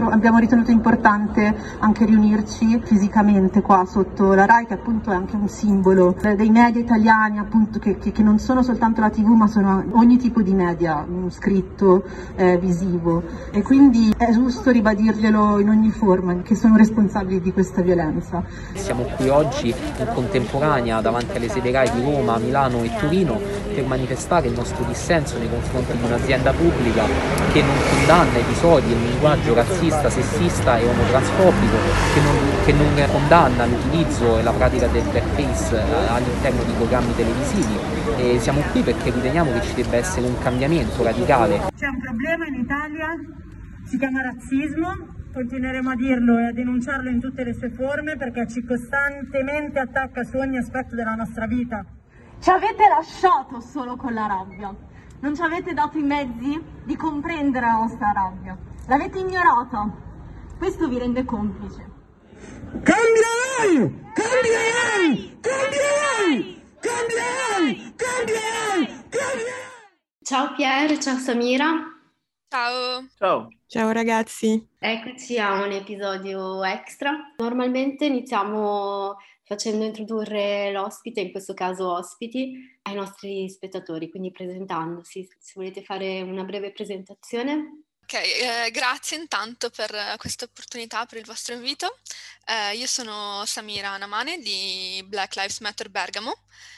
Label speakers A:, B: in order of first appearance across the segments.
A: abbiamo ritenuto importante anche riunirci fisicamente qua sotto la RAI, che appunto è anche un simbolo dei media italiani, appunto che non sono soltanto la TV, ma sono ogni tipo di media, scritto, visivo, e quindi è giusto ribadirglielo in ogni forma, che sono responsabili di questa violenza.
B: Siamo qui oggi in contemporanea davanti alle sedi RAI di Roma, Milano e Torino per manifestare il nostro dissenso nei confronti di un'azienda pubblica che non condanna episodi e un linguaggio razzista, sessista e omotransfobico, che non condanna l'utilizzo e la pratica del blackface all'interno di programmi televisivi, e siamo qui perché riteniamo che ci debba essere un cambiamento radicale.
A: C'è un problema in Italia, si chiama razzismo. Continueremo a dirlo e a denunciarlo in tutte le sue forme, perché ci costantemente attacca su ogni aspetto della nostra vita.
C: Ci avete lasciato solo con la rabbia, non ci avete dato i mezzi di comprendere la nostra rabbia, l'avete ignorata, questo vi rende complice.
D: Cambierai! Cambierai! Cambierai! Cambierai! Cambierai! Cambierai!
E: Ciao Pier, ciao Samira.
F: Ciao.
G: Ciao.
H: Ciao ragazzi.
E: Eccoci a un episodio extra. Normalmente iniziamo facendo introdurre l'ospite, in questo caso ospiti, ai nostri spettatori, quindi presentandosi. Se volete fare una breve presentazione.
F: Ok, grazie intanto per questa opportunità, per il vostro invito. Io sono Samira Namane di Black Lives Matter Bergamo,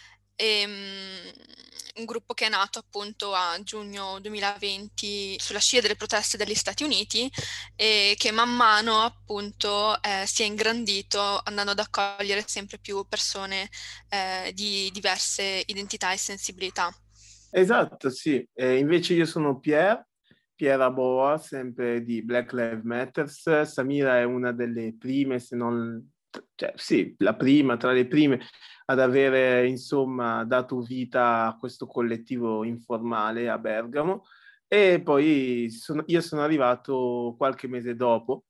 F: un gruppo che è nato appunto a giugno 2020 sulla scia delle proteste degli Stati Uniti e che man mano appunto si è ingrandito, andando ad accogliere sempre più persone di diverse identità e sensibilità.
G: Esatto, sì. Invece io sono Pier Aboa, sempre di Black Lives Matter. Samira è una delle prime, se non... cioè, sì, la prima, tra le prime ad avere, insomma, dato vita a questo collettivo informale a Bergamo, e poi io sono arrivato qualche mese dopo,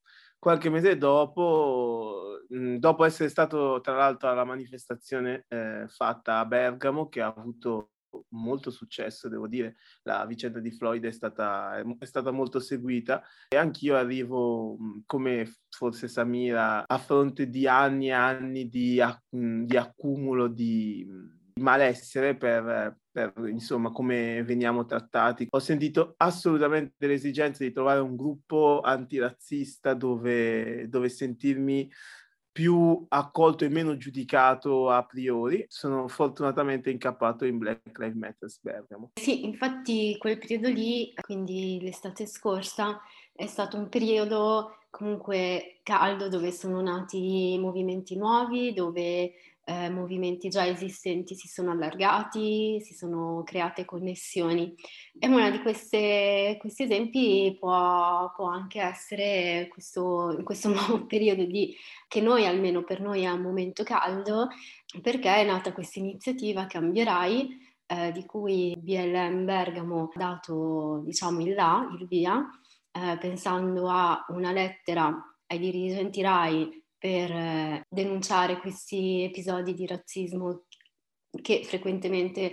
G: dopo essere stato tra l'altro alla manifestazione fatta a Bergamo, che ha avuto molto successo, devo dire. La vicenda di Floyd è stata molto seguita, e anch'io arrivo, come forse Samira, a fronte di anni e anni di accumulo di malessere per insomma come veniamo trattati. Ho sentito assolutamente l'esigenza di trovare un gruppo antirazzista dove sentirmi più accolto e meno giudicato a priori. Sono fortunatamente incappato in Black Lives Matter Bergamo.
E: Sì, infatti quel periodo lì, quindi l'estate scorsa, è stato un periodo comunque caldo, dove sono nati movimenti nuovi, dove movimenti già esistenti si sono allargati, si sono create connessioni. E uno di questi esempi può anche essere in questo nuovo periodo che noi, almeno per noi, è un momento caldo, perché è nata questa iniziativa Cambierai, di cui BLM Bergamo ha dato, diciamo, il via, pensando a una lettera ai dirigenti RAI per denunciare questi episodi di razzismo che frequentemente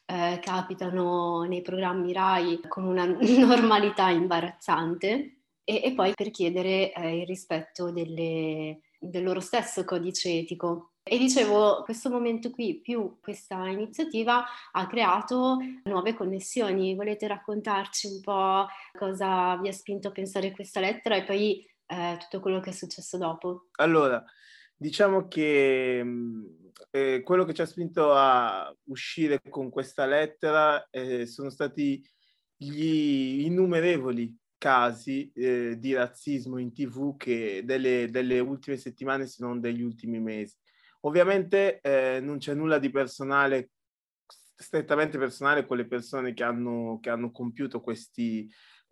E: capitano nei programmi RAI con una normalità imbarazzante, e poi per chiedere il rispetto del loro stesso codice etico. E dicevo, questo momento qui più questa iniziativa ha creato nuove connessioni. Volete raccontarci un po' cosa vi ha spinto a pensare questa lettera e poi tutto quello che è successo dopo?
G: Allora, diciamo che quello che ci ha spinto a uscire con questa lettera sono stati gli innumerevoli casi di razzismo in TV che delle ultime settimane, se non degli ultimi mesi. Ovviamente non c'è nulla di personale, strettamente personale, con le persone che hanno compiuto questi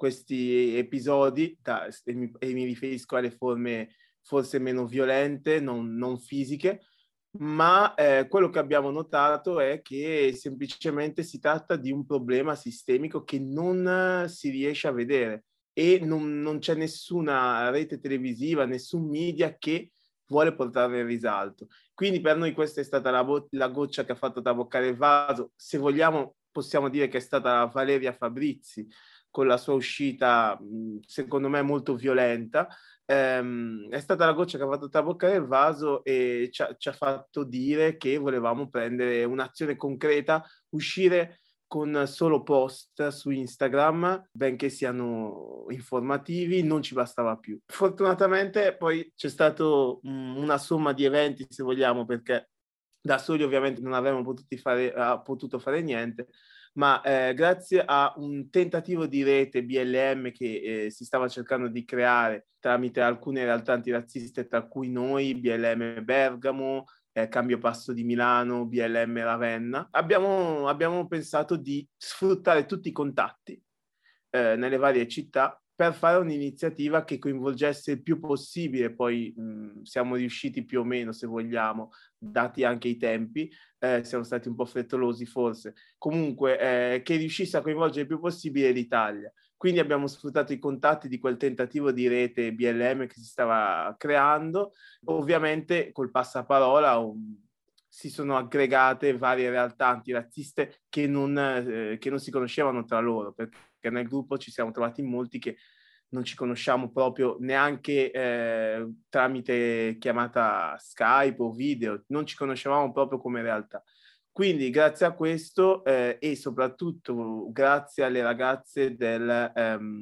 G: episodi, e mi riferisco alle forme forse meno violente, non fisiche, ma quello che abbiamo notato è che semplicemente si tratta di un problema sistemico che non si riesce a vedere, e non c'è nessuna rete televisiva, nessun media che vuole portarlo in risalto. Quindi per noi questa è stata la goccia che ha fatto traboccare il vaso. Se vogliamo possiamo dire che è stata Valeria Fabrizi, con la sua uscita, secondo me, molto violenta. È stata la goccia che ha fatto traboccare il vaso e ci ha fatto dire che volevamo prendere un'azione concreta, uscire con solo post su Instagram, benché siano informativi, non ci bastava più. Fortunatamente poi c'è stato una somma di eventi, se vogliamo, perché da soli ovviamente non avremmo potuto fare niente, ma grazie a un tentativo di rete BLM che si stava cercando di creare tramite alcune realtà antirazziste, tra cui noi, BLM Bergamo, Cambio Passo di Milano, BLM Ravenna, abbiamo pensato di sfruttare tutti i contatti nelle varie città per fare un'iniziativa che coinvolgesse il più possibile. Poi siamo riusciti più o meno, se vogliamo, dati anche i tempi, siamo stati un po' frettolosi forse, comunque che riuscisse a coinvolgere il più possibile l'Italia. Quindi abbiamo sfruttato i contatti di quel tentativo di rete BLM che si stava creando. Ovviamente col passaparola si sono aggregate varie realtà antirazziste che non si conoscevano tra loro, perché nel gruppo ci siamo trovati in molti che non ci conosciamo proprio neanche tramite chiamata Skype o video, non ci conoscevamo proprio come realtà. Quindi grazie a questo e soprattutto grazie alle ragazze del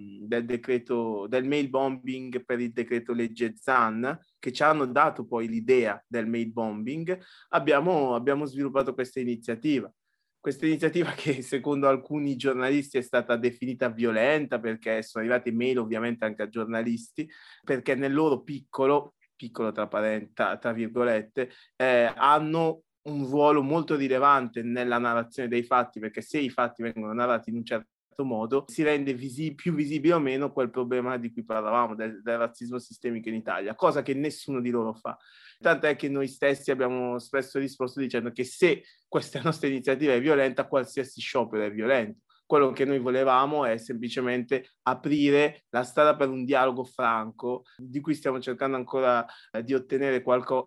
G: mail bombing per il decreto legge Zan, che ci hanno dato poi l'idea del mail bombing, abbiamo sviluppato questa iniziativa. Questa iniziativa che secondo alcuni giornalisti è stata definita violenta, perché sono arrivate mail ovviamente anche a giornalisti, perché nel loro piccolo tra virgolette, hanno un ruolo molto rilevante nella narrazione dei fatti, perché se i fatti vengono narrati in un certo modo si rende più visibile o meno quel problema di cui parlavamo, del razzismo sistemico in Italia, cosa che nessuno di loro fa. Tant'è che noi stessi abbiamo spesso risposto dicendo che se questa nostra iniziativa è violenta, qualsiasi sciopero è violento. Quello che noi volevamo è semplicemente aprire la strada per un dialogo franco, di cui stiamo cercando ancora di ottenere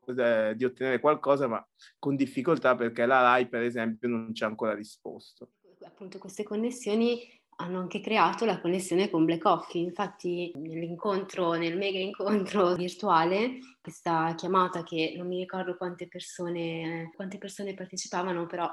G: qualcosa, ma con difficoltà, perché la RAI, per esempio, non ci ha ancora risposto.
E: Appunto, queste connessioni hanno anche creato la connessione con Black Coffee. Infatti nel mega incontro virtuale, questa chiamata che non mi ricordo quante persone partecipavano, però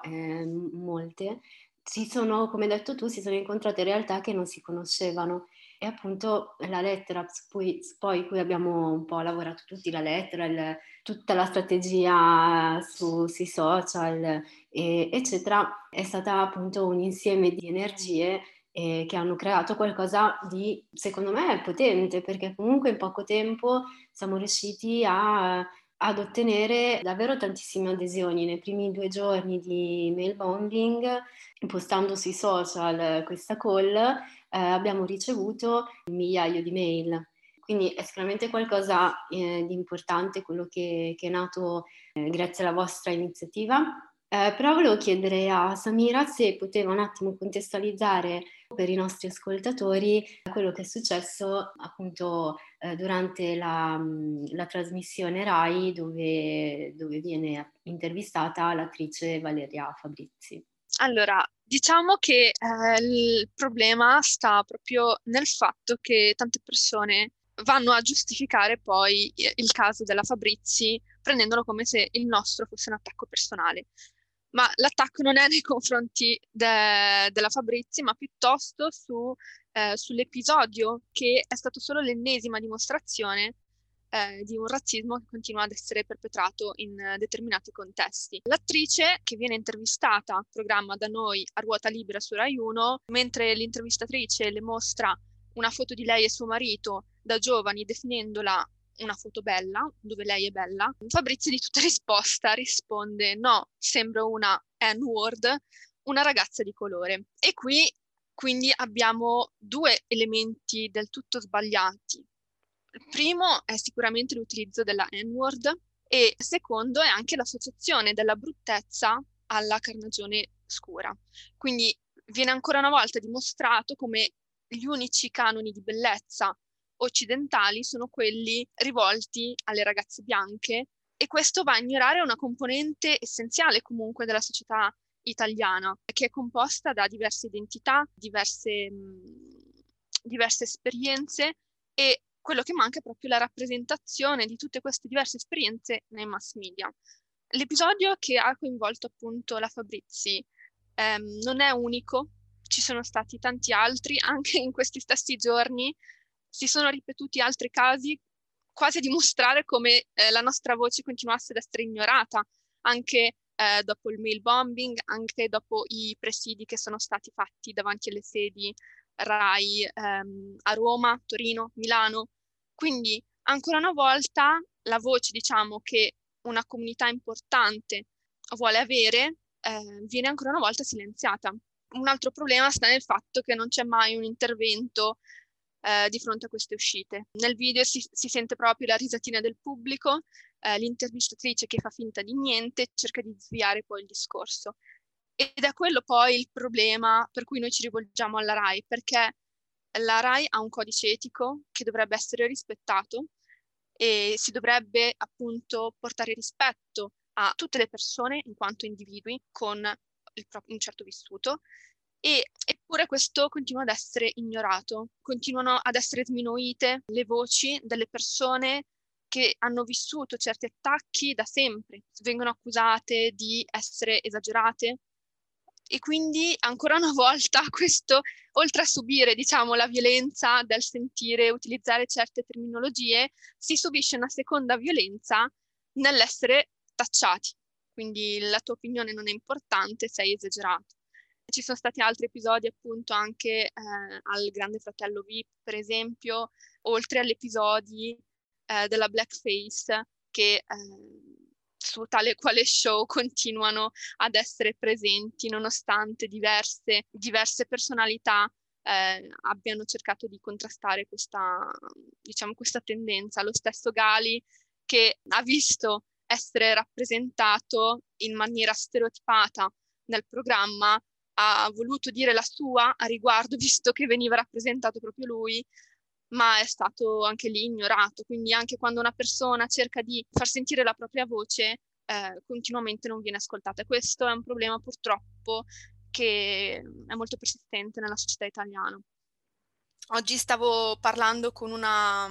E: molte, come hai detto tu, si sono incontrate in realtà che non si conoscevano. E appunto la lettera, poi cui abbiamo un po' lavorato tutti, la lettera, tutta la strategia sui social, eccetera, è stata appunto un insieme di energie che hanno creato qualcosa di, secondo me, potente, perché comunque in poco tempo siamo riusciti ad ottenere davvero tantissime adesioni. Nei primi 2 giorni di mail bombing, postando sui social questa call, abbiamo ricevuto 1 migliaio di mail. Quindi è sicuramente qualcosa di importante quello che è nato grazie alla vostra iniziativa. Però volevo chiedere a Samira se poteva un attimo contestualizzare per i nostri ascoltatori quello che è successo appunto durante la trasmissione RAI dove viene intervistata l'attrice Valeria Fabrizi.
F: Allora, diciamo che il problema sta proprio nel fatto che tante persone vanno a giustificare poi il caso della Fabrizi prendendolo come se il nostro fosse un attacco personale. Ma l'attacco non è nei confronti della Fabrizi, ma piuttosto sull'episodio che è stato solo l'ennesima dimostrazione di un razzismo che continua ad essere perpetrato in determinati contesti. L'attrice che viene intervistata al programma da noi a ruota libera su Rai 1, mentre l'intervistatrice le mostra una foto di lei e suo marito da giovani, definendola una foto bella, dove lei è bella, Fabrizi di tutta risposta risponde: no, sembra una N-word, una ragazza di colore. E qui quindi abbiamo 2 elementi del tutto sbagliati. Il primo è sicuramente l'utilizzo della N-word e il secondo è anche l'associazione della bruttezza alla carnagione scura. Quindi viene ancora una volta dimostrato come gli unici canoni di bellezza occidentali sono quelli rivolti alle ragazze bianche, e questo va a ignorare una componente essenziale comunque della società italiana, che è composta da diverse identità, diverse diverse esperienze e quello che manca è proprio la rappresentazione di tutte queste diverse esperienze nei mass media. L'episodio che ha coinvolto appunto la Fabrizi non è unico, ci sono stati tanti altri, anche in questi stessi giorni si sono ripetuti altri casi, quasi a dimostrare come la nostra voce continuasse ad essere ignorata, anche dopo il mail bombing, anche dopo i presidi che sono stati fatti davanti alle sedi RAI a Roma, Torino, Milano. Quindi ancora una volta la voce, diciamo, che una comunità importante vuole avere viene ancora una volta silenziata. Un altro problema sta nel fatto che non c'è mai un intervento di fronte a queste uscite. Nel video si sente proprio la risatina del pubblico, l'intervistatrice che fa finta di niente, cerca di sviare poi il discorso. Ed è quello poi il problema per cui noi ci rivolgiamo alla RAI, perché la RAI ha un codice etico che dovrebbe essere rispettato e si dovrebbe appunto portare rispetto a tutte le persone in quanto individui con un certo vissuto. Eppure questo continua ad essere ignorato, continuano ad essere sminuite le voci delle persone che hanno vissuto certi attacchi da sempre, vengono accusate di essere esagerate e quindi ancora una volta questo, oltre a subire, diciamo, la violenza del sentire utilizzare certe terminologie, si subisce una seconda violenza nell'essere tacciati. Quindi la tua opinione non è importante, sei esagerato. Ci sono stati altri episodi appunto anche al Grande Fratello VIP, per esempio, oltre agli episodi della blackface che su tale quale show continuano ad essere presenti nonostante diverse personalità abbiano cercato di contrastare questa tendenza. Lo stesso Gali, che ha visto essere rappresentato in maniera stereotipata nel programma, ha voluto dire la sua a riguardo, visto che veniva rappresentato proprio lui, ma è stato anche lì ignorato. Quindi anche quando una persona cerca di far sentire la propria voce, continuamente non viene ascoltata. E questo è un problema purtroppo che è molto persistente nella società italiana. Oggi stavo parlando con una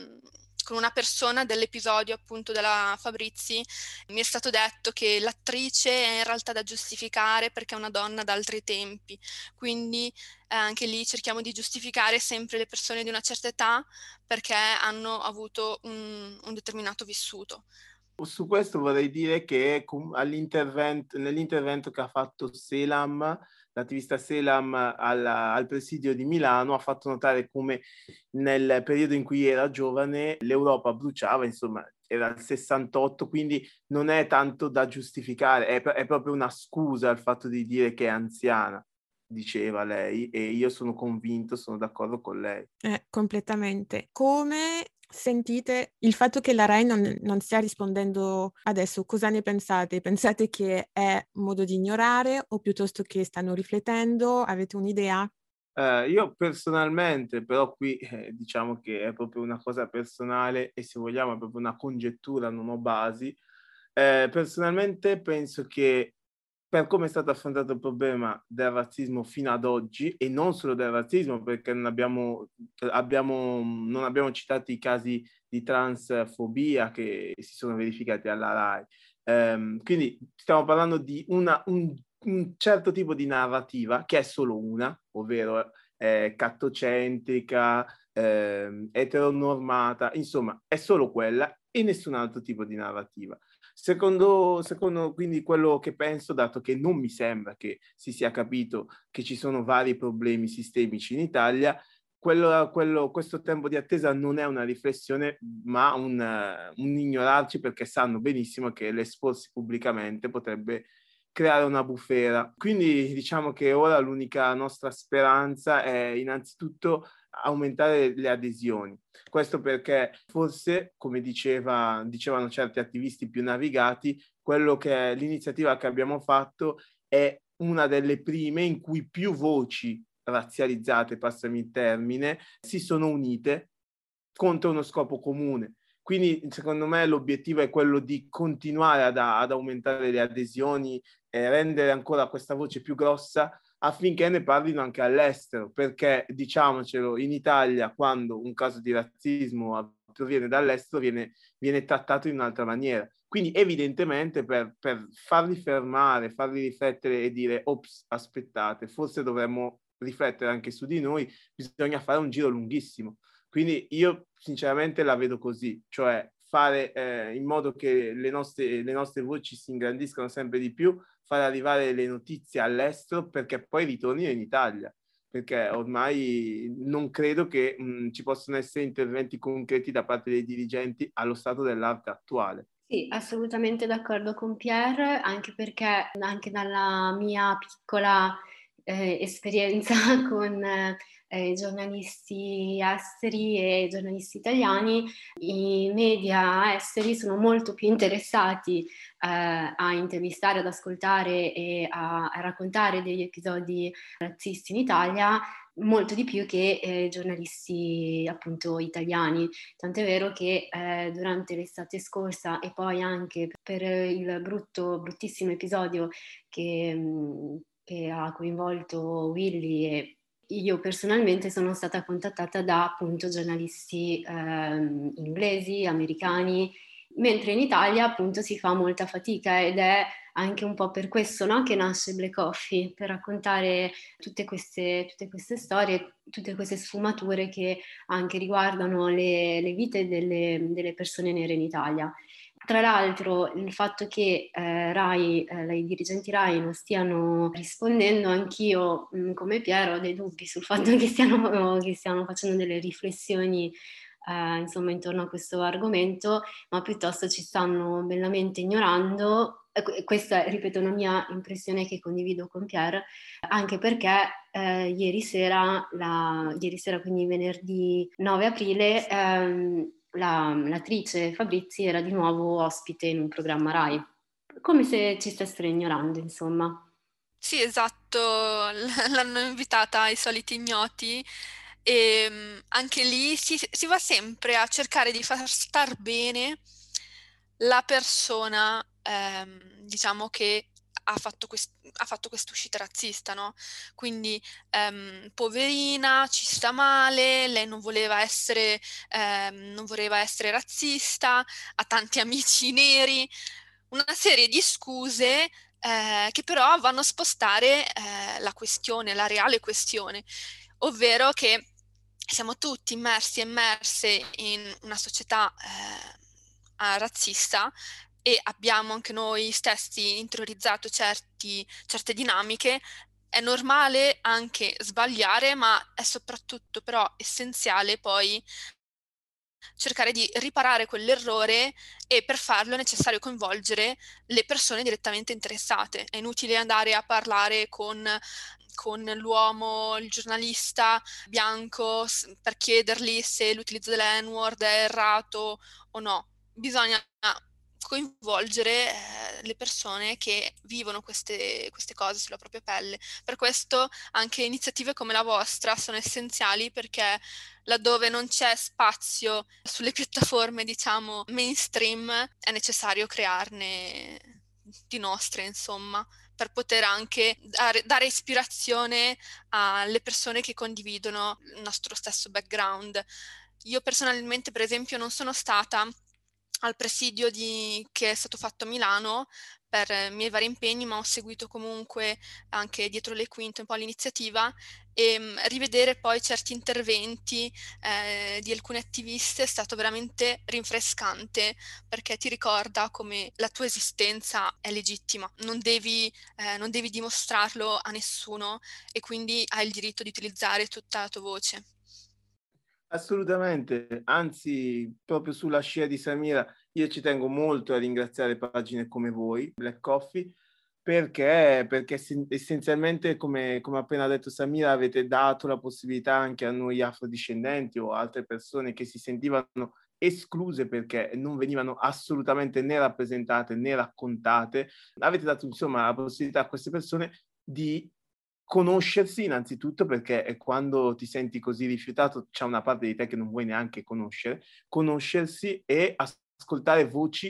F: persona dell'episodio appunto della Fabrizi. Mi è stato detto che l'attrice è in realtà da giustificare perché è una donna d'altri tempi, quindi anche lì cerchiamo di giustificare sempre le persone di una certa età perché hanno avuto un determinato vissuto.
G: Su questo vorrei dire che nell'intervento che ha fatto Selam, l'attivista Selam al presidio di Milano, ha fatto notare come nel periodo in cui era giovane l'Europa bruciava, insomma era il 68, quindi non è tanto da giustificare, è proprio una scusa il fatto di dire che è anziana, diceva lei, e io sono convinto, sono d'accordo con lei.
H: Completamente. Come sentite il fatto che la RAI non stia rispondendo adesso? Cosa ne pensate? Pensate che è un modo di ignorare o piuttosto che stanno riflettendo? Avete un'idea?
G: Io personalmente, però qui diciamo che è proprio una cosa personale e se vogliamo è proprio una congettura, non ho basi. Personalmente penso che per come è stato affrontato il problema del razzismo fino ad oggi, e non solo del razzismo, perché non abbiamo citato i casi di transfobia che si sono verificati alla RAI. Quindi stiamo parlando di un certo tipo di narrativa, che è solo una, ovvero cattocentrica, eteronormata, insomma, è solo quella e nessun altro tipo di narrativa. Secondo quindi quello che penso, dato che non mi sembra che si sia capito che ci sono vari problemi sistemici in Italia, questo tempo di attesa non è una riflessione, ma un ignorarci, perché sanno benissimo che l'esporsi pubblicamente potrebbe creare una bufera. Quindi diciamo che ora l'unica nostra speranza è innanzitutto aumentare le adesioni. Questo perché forse, come dicevano certi attivisti più navigati, l'iniziativa che abbiamo fatto è una delle prime in cui più voci razzializzate, passami il termine, si sono unite contro uno scopo comune. Quindi secondo me l'obiettivo è quello di continuare ad aumentare le adesioni e rendere ancora questa voce più grossa, affinché ne parlino anche all'estero, perché diciamocelo, in Italia quando un caso di razzismo proviene dall'estero viene trattato in un'altra maniera. Quindi evidentemente per farli fermare, farli riflettere e dire ops, aspettate, forse dovremmo riflettere anche su di noi, bisogna fare un giro lunghissimo. Quindi io sinceramente la vedo così, cioè fare in modo che le nostre voci si ingrandiscano sempre di più, fare arrivare le notizie all'estero perché poi ritornino in Italia, perché ormai non credo che ci possano essere interventi concreti da parte dei dirigenti allo stato dell'arte attuale.
E: Sì, assolutamente d'accordo con Pierre, anche perché anche dalla mia piccola esperienza con giornalisti esteri e giornalisti italiani, i media esteri sono molto più interessati a intervistare, ad ascoltare e a raccontare degli episodi razzisti in Italia, molto di più che giornalisti appunto italiani. Tant'è vero che durante l'estate scorsa e poi anche per il bruttissimo episodio che ha coinvolto Willy, e io personalmente sono stata contattata da appunto giornalisti inglesi, americani, mentre in Italia appunto si fa molta fatica, ed è anche un po' per questo, no, che nasce Black Coffee, per raccontare tutte queste storie, tutte queste sfumature che anche riguardano le vite delle persone nere in Italia. Tra l'altro il fatto che i dirigenti RAI non stiano rispondendo, anch'io come Piero ho dei dubbi sul fatto che stiano facendo delle riflessioni insomma intorno a questo argomento, ma piuttosto ci stanno bellamente ignorando. Questa è, ripeto, una mia impressione che condivido con Pierre, anche perché ieri sera, quindi venerdì 9 aprile, l'attrice Fabrizi era di nuovo ospite in un programma RAI, come se ci stessero ignorando, insomma.
F: Sì, esatto, l'hanno invitata ai soliti ignoti e anche lì si va sempre a cercare di far star bene la persona, diciamo, che ha fatto questa uscita razzista, no? Quindi, poverina, ci sta male, lei non voleva essere razzista, ha tanti amici neri, una serie di scuse che però vanno a spostare la questione, la reale questione, ovvero che siamo tutti immersi e immerse in una società razzista e abbiamo anche noi stessi interiorizzato certe dinamiche. È normale anche sbagliare, ma è soprattutto però essenziale poi cercare di riparare quell'errore, e per farlo è necessario coinvolgere le persone direttamente interessate. È inutile andare a parlare con l'uomo, il giornalista bianco per chiedergli se l'utilizzo dell'N-word è errato o no. Bisogna coinvolgere le persone che vivono queste cose sulla propria pelle. Per questo anche iniziative come la vostra sono essenziali, perché laddove non c'è spazio sulle piattaforme, diciamo, mainstream, è necessario crearne di nostre, insomma, per poter anche dare ispirazione alle persone che condividono il nostro stesso background. Io personalmente, per esempio, non sono stata al presidio che è stato fatto a Milano per i miei vari impegni, ma ho seguito comunque anche dietro le quinte un po' l'iniziativa, e rivedere poi certi interventi di alcune attiviste è stato veramente rinfrescante, perché ti ricorda come la tua esistenza è legittima, non devi dimostrarlo a nessuno, e quindi hai il diritto di utilizzare tutta la tua voce.
G: Assolutamente, anzi, proprio sulla scia di Samira, io ci tengo molto a ringraziare pagine come voi, Black Coffee, perché essenzialmente, come ha appena detto Samira, avete dato la possibilità anche a noi afrodiscendenti o altre persone che si sentivano escluse perché non venivano assolutamente né rappresentate né raccontate, avete dato insomma la possibilità a queste persone di conoscersi innanzitutto, perché quando ti senti così rifiutato c'è una parte di te che non vuoi neanche conoscersi, e ascoltare voci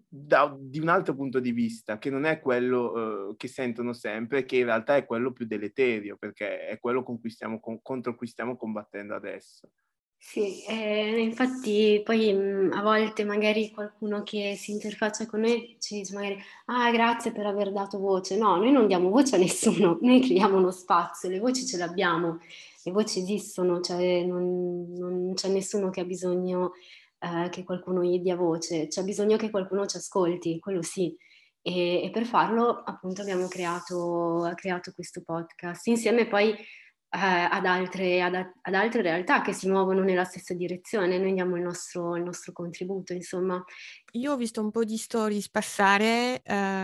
G: di un altro punto di vista, che non è quello che sentono sempre, che in realtà è quello più deleterio, perché è quello contro cui stiamo combattendo adesso.
E: Sì, infatti poi a volte magari qualcuno che si interfaccia con noi ci dice magari grazie per aver dato voce. No, noi non diamo voce a nessuno, noi creiamo uno spazio, le voci ce le abbiamo, le voci esistono, cioè non c'è nessuno che ha bisogno che qualcuno gli dia voce, c'è bisogno che qualcuno ci ascolti, quello sì. E per farlo appunto abbiamo creato questo podcast insieme poi ad altre realtà che si muovono nella stessa direzione. Noi diamo il nostro contributo, insomma.
H: Io ho visto un po' di stories passare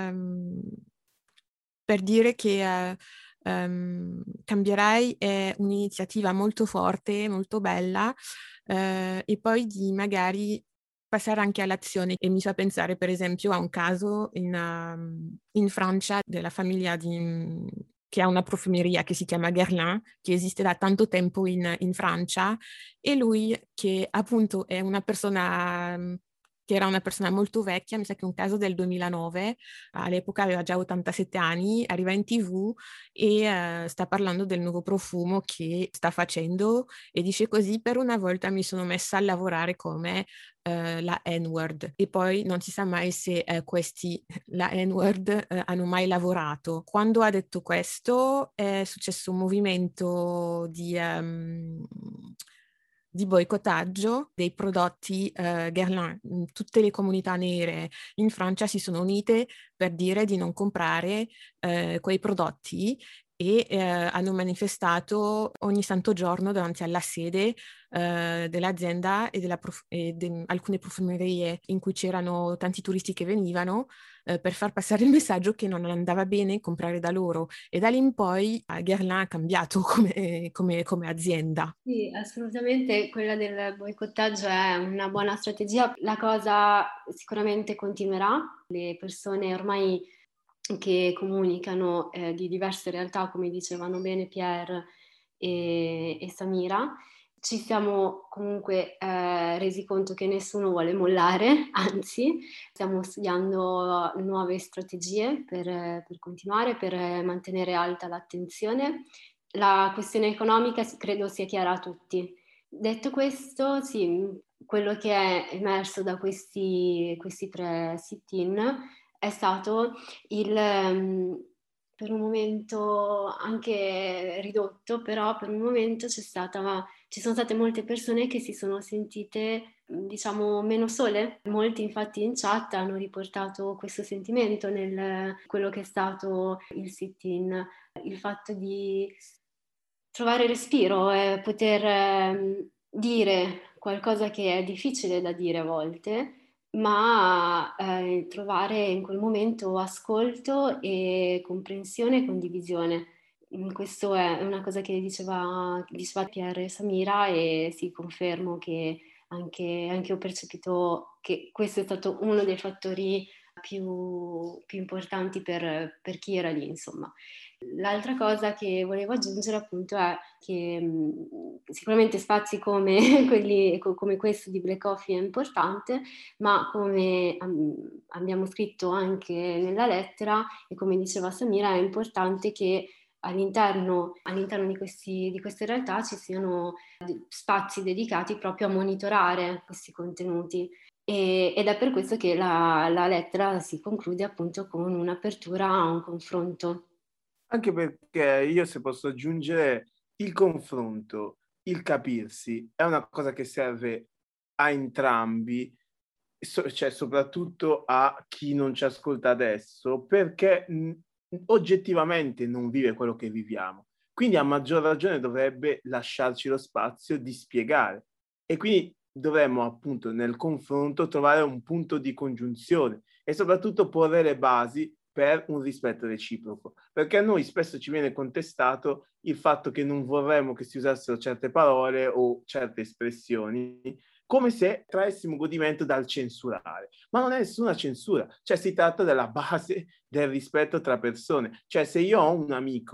H: per dire che Cambierai è un'iniziativa molto forte, molto bella, e poi di magari passare anche all'azione. E mi fa pensare per esempio a un caso in Francia della famiglia che ha una profumeria che si chiama Guerlain, che esiste da tanto tempo in Francia, e lui che appunto è una persona che era una persona molto vecchia, mi sa che è un caso del 2009, all'epoca aveva già 87 anni, arriva in TV e sta parlando del nuovo profumo che sta facendo e dice così: per una volta mi sono messa a lavorare come la N-word, e poi non si sa mai se questi, la N-word, hanno mai lavorato. Quando ha detto questo è successo un movimento di boicottaggio dei prodotti Guerlain. Tutte le comunità nere in Francia si sono unite per dire di non comprare quei prodotti e hanno manifestato ogni santo giorno davanti alla sede dell'azienda e di alcune profumerie in cui c'erano tanti turisti che venivano per far passare il messaggio che non andava bene comprare da loro. E da lì in poi Guerlain ha cambiato come azienda.
E: Sì, assolutamente quella del boicottaggio è una buona strategia. La cosa sicuramente continuerà. Le persone ormai che comunicano di diverse realtà, come dicevano bene Pierre e Samira, ci siamo comunque resi conto che nessuno vuole mollare, anzi stiamo studiando nuove strategie per continuare, per mantenere alta l'attenzione. La questione economica credo sia chiara a tutti. Detto questo, sì, quello che è emerso da questi 3 sit-in è stato per un momento anche ridotto, però per un momento ci sono state molte persone che si sono sentite, diciamo, meno sole. Molti infatti in chat hanno riportato questo sentimento nel quello che è stato il sit-in, il fatto di trovare respiro e poter dire qualcosa che è difficile da dire a volte, ma trovare in quel momento ascolto e comprensione e condivisione. Questo è una cosa che diceva Pierre e Samira, e sì, confermo che anche ho percepito che questo è stato uno dei fattori più importanti per chi era lì, insomma. L'altra cosa che volevo aggiungere appunto è che sicuramente spazi come quelli come questo di Black Coffee è importante, ma come abbiamo scritto anche nella lettera e come diceva Samira, è importante che all'interno di queste realtà ci siano spazi dedicati proprio a monitorare questi contenuti. Ed è per questo che la lettera si conclude appunto con un'apertura a un confronto.
G: Anche perché io, se posso aggiungere, il confronto, il capirsi, è una cosa che serve a entrambi, cioè soprattutto a chi non ci ascolta adesso, perché oggettivamente non vive quello che viviamo. Quindi a maggior ragione dovrebbe lasciarci lo spazio di spiegare. E quindi dovremmo appunto nel confronto trovare un punto di congiunzione e soprattutto porre le basi per un rispetto reciproco, perché a noi spesso ci viene contestato il fatto che non vorremmo che si usassero certe parole o certe espressioni, come se traessimo godimento dal censurare, ma non è nessuna censura, cioè si tratta della base del rispetto tra persone. Cioè, se io ho un amico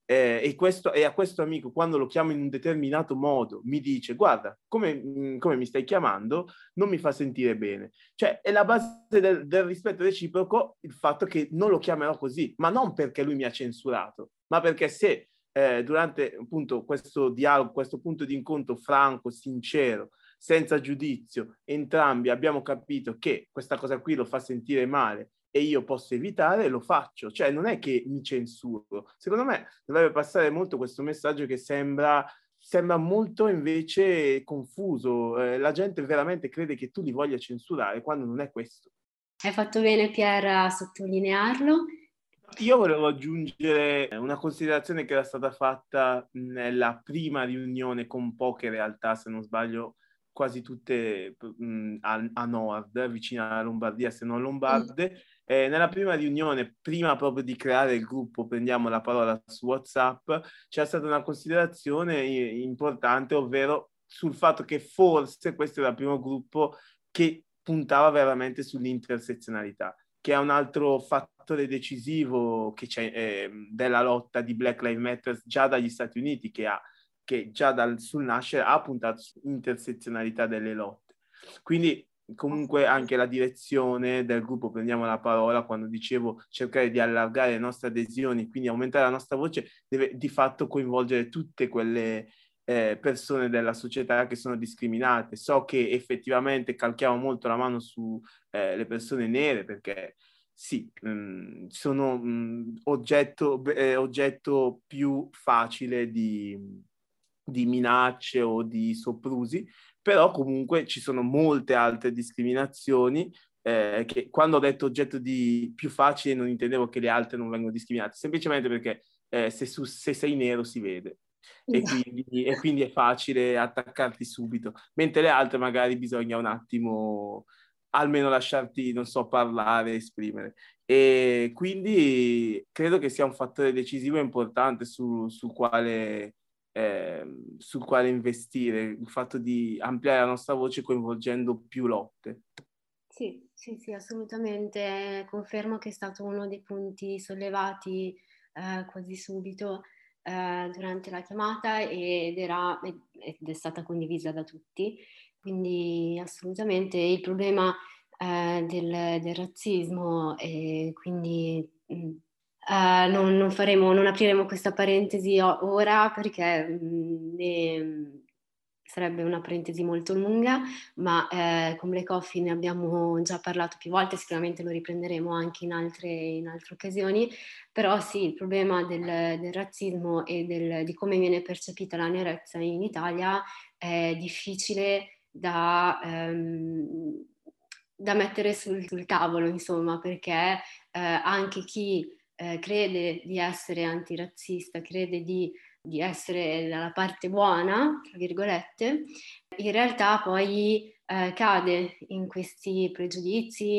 G: e a questo amico, quando lo chiamo in un determinato modo, mi dice: guarda, come mi stai chiamando non mi fa sentire bene. Cioè è la base del rispetto reciproco il fatto che non lo chiamerò così, ma non perché lui mi ha censurato, ma perché se durante appunto questo dialogo, questo punto di incontro franco, sincero, senza giudizio, entrambi abbiamo capito che questa cosa qui lo fa sentire male e io posso evitare, lo faccio. Cioè non è che mi censuro. Secondo me dovrebbe passare molto questo messaggio che sembra molto invece confuso. La gente veramente crede che tu li voglia censurare quando non è questo.
E: Hai fatto bene, Pier, a sottolinearlo.
G: Io volevo aggiungere una considerazione che era stata fatta nella prima riunione con poche realtà, se non sbaglio, quasi tutte a nord, vicino alla Lombardia, se non lombarde. Nella prima riunione, prima proprio di creare il gruppo Prendiamo la Parola su WhatsApp, c'è stata una considerazione importante, ovvero sul fatto che forse questo era il primo gruppo che puntava veramente sull'intersezionalità, che è un altro fattore decisivo che c'è della lotta di Black Lives Matter già dagli Stati Uniti, che già sul nascere ha puntato sull'intersezionalità delle lotte. Quindi comunque anche la direzione del gruppo Prendiamo la Parola, quando dicevo cercare di allargare le nostre adesioni, quindi aumentare la nostra voce, deve di fatto coinvolgere tutte quelle persone della società che sono discriminate. So che effettivamente calchiamo molto la mano su le persone nere, perché sì, sono oggetto più facile di minacce o di soprusi, però comunque ci sono molte altre discriminazioni che quando ho detto oggetto di più facile non intendevo che le altre non vengono discriminate, semplicemente perché se sei nero si vede. E quindi è facile attaccarti subito, mentre le altre magari bisogna un attimo almeno lasciarti, non so, parlare, esprimere. E quindi credo che sia un fattore decisivo e importante sul quale investire, il fatto di ampliare la nostra voce coinvolgendo più lotte.
E: Sì, assolutamente. Confermo che è stato uno dei punti sollevati quasi subito durante la chiamata ed è stata condivisa da tutti. Quindi assolutamente il problema del razzismo e quindi non apriremo questa parentesi ora perché sarebbe una parentesi molto lunga, ma con Black Coffee ne abbiamo già parlato più volte, sicuramente lo riprenderemo anche in altre occasioni, però sì, il problema del razzismo e di come viene percepita la nerezza in Italia è difficile da mettere sul tavolo, insomma, perché anche chi crede di essere antirazzista, crede di essere dalla parte buona, tra virgolette, in realtà poi cade in questi pregiudizi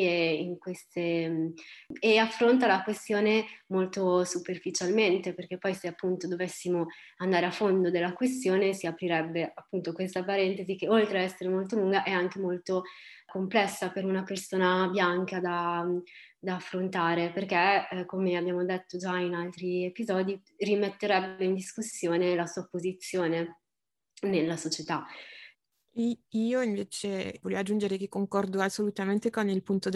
E: e affronta la questione molto superficialmente, perché poi se appunto dovessimo andare a fondo della questione si aprirebbe appunto questa parentesi che oltre ad essere molto lunga è anche molto complessa per una persona bianca da affrontare, perché come abbiamo detto già in altri episodi rimetterebbe in discussione la sua posizione nella società.
H: Io invece voglio aggiungere che concordo assolutamente con il punto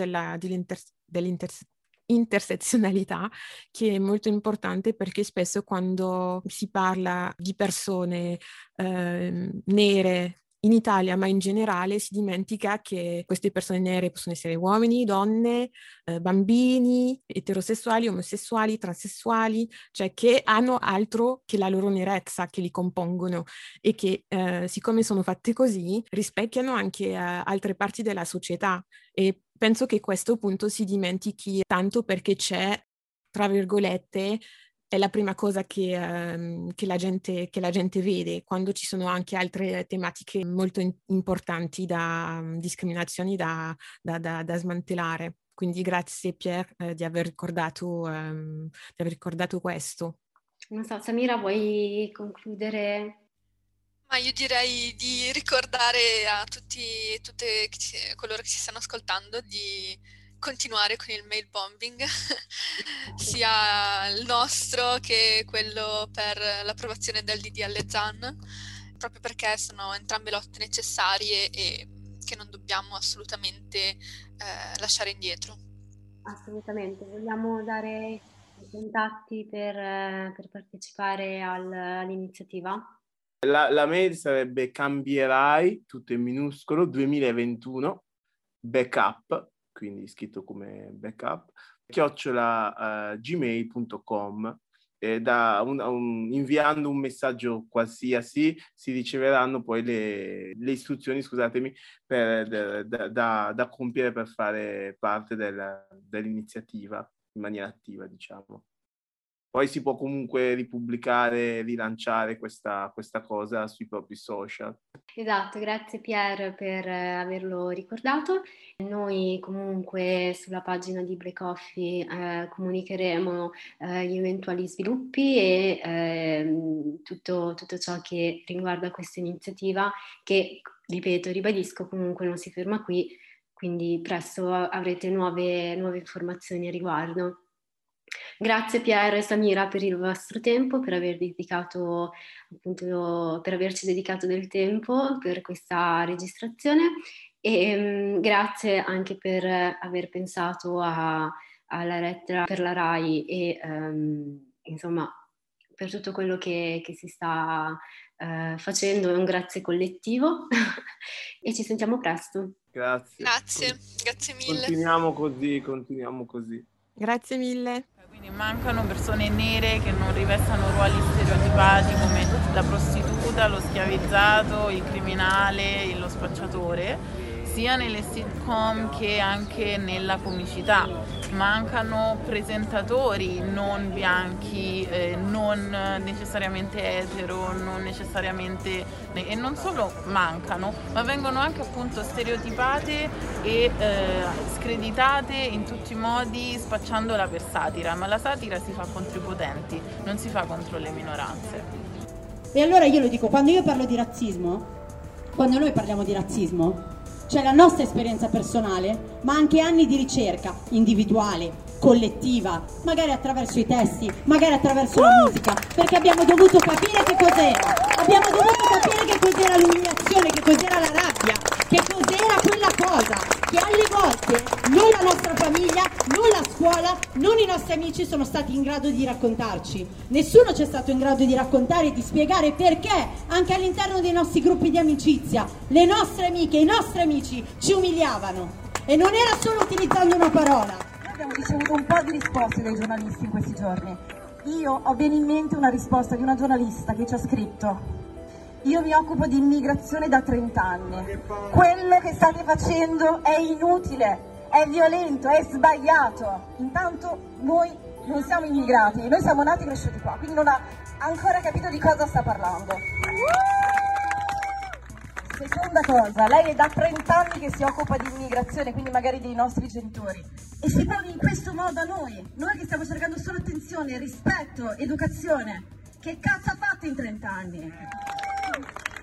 H: dell'intersezionalità, che è molto importante perché spesso quando si parla di persone nere in Italia, ma in generale, si dimentica che queste persone nere possono essere uomini, donne, bambini, eterosessuali, omosessuali, transessuali, cioè che hanno altro che la loro nerezza che li compongono e che siccome sono fatte così rispecchiano anche altre parti della società, e penso che questo punto si dimentichi tanto perché c'è, tra virgolette, è la prima cosa che la gente vede quando ci sono anche altre tematiche molto importanti discriminazioni da smantellare. Quindi grazie Pier di aver ricordato questo.
E: Non so, Samira, vuoi concludere?
F: Ma io direi di ricordare a tutti e tutte coloro che ci stanno ascoltando di continuare con il mail bombing, sia il nostro che quello per l'approvazione del DDL ZAN, proprio perché sono entrambe lotte necessarie e che non dobbiamo assolutamente lasciare indietro.
E: Assolutamente, vogliamo dare i contatti per partecipare all'iniziativa?
G: La mail sarebbe cambierai, tutto in minuscolo, 2021, backup, quindi scritto come backup, @gmail.com. Inviando un messaggio qualsiasi si riceveranno poi le istruzioni, scusatemi, da compiere per fare parte dell'iniziativa in maniera attiva, diciamo. Poi si può comunque ripubblicare, rilanciare questa cosa sui propri social.
E: Esatto, grazie Pier per averlo ricordato. Noi comunque sulla pagina di Black Coffee comunicheremo gli eventuali sviluppi e tutto ciò che riguarda questa iniziativa che, ripeto, ribadisco, comunque non si ferma qui, quindi presto avrete nuove informazioni a riguardo. Grazie Pier e Samira per il vostro tempo, per averci dedicato del tempo per questa registrazione e grazie anche per aver pensato alla lettera per la RAI e insomma per tutto quello che si sta facendo. È un grazie collettivo e ci sentiamo presto.
G: Grazie
F: Mille.
G: Continuiamo così.
H: Grazie mille.
I: Quindi mancano persone nere che non rivestano ruoli stereotipati come la prostituta, lo schiavizzato, il criminale, lo spacciatore, sia nelle sitcom che anche nella comicità. Mancano presentatori non bianchi, non necessariamente etero, non necessariamente... E non solo mancano, ma vengono anche appunto stereotipate e screditate in tutti i modi, spacciandola per satira. Ma la satira si fa contro i potenti, non si fa contro le minoranze.
J: E allora io lo dico, quando io parlo di razzismo, quando noi parliamo di razzismo, c'è la nostra esperienza personale, ma anche anni di ricerca individuale, collettiva, magari attraverso i testi, magari attraverso la musica, perché abbiamo dovuto capire che cos'era, abbiamo dovuto capire che cos'era l'umiliazione, che cos'era la rabbia, che cos'era quella cosa che alle volte non la nostra famiglia, non la scuola, non i nostri amici sono stati in grado di raccontarci. Nessuno ci è stato in grado di raccontare e di spiegare perché anche all'interno dei nostri gruppi di amicizia le nostre amiche, i nostri amici ci umiliavano, e non era solo utilizzando una parola.
A: Noi abbiamo ricevuto un po' di risposte dai giornalisti in questi giorni. Io ho bene in mente una risposta di una giornalista che ci ha scritto: io mi occupo di immigrazione da 30 anni. Quello che state facendo è inutile, è violento, è sbagliato. Intanto noi non siamo immigrati, noi siamo nati e cresciuti qua, quindi non ha ancora capito di cosa sta parlando. Seconda cosa, lei è da 30 anni che si occupa di immigrazione, quindi magari dei nostri genitori, e si parla in questo modo a noi che stiamo cercando solo attenzione, rispetto, educazione. Che cazzo ha fatto in 30 anni?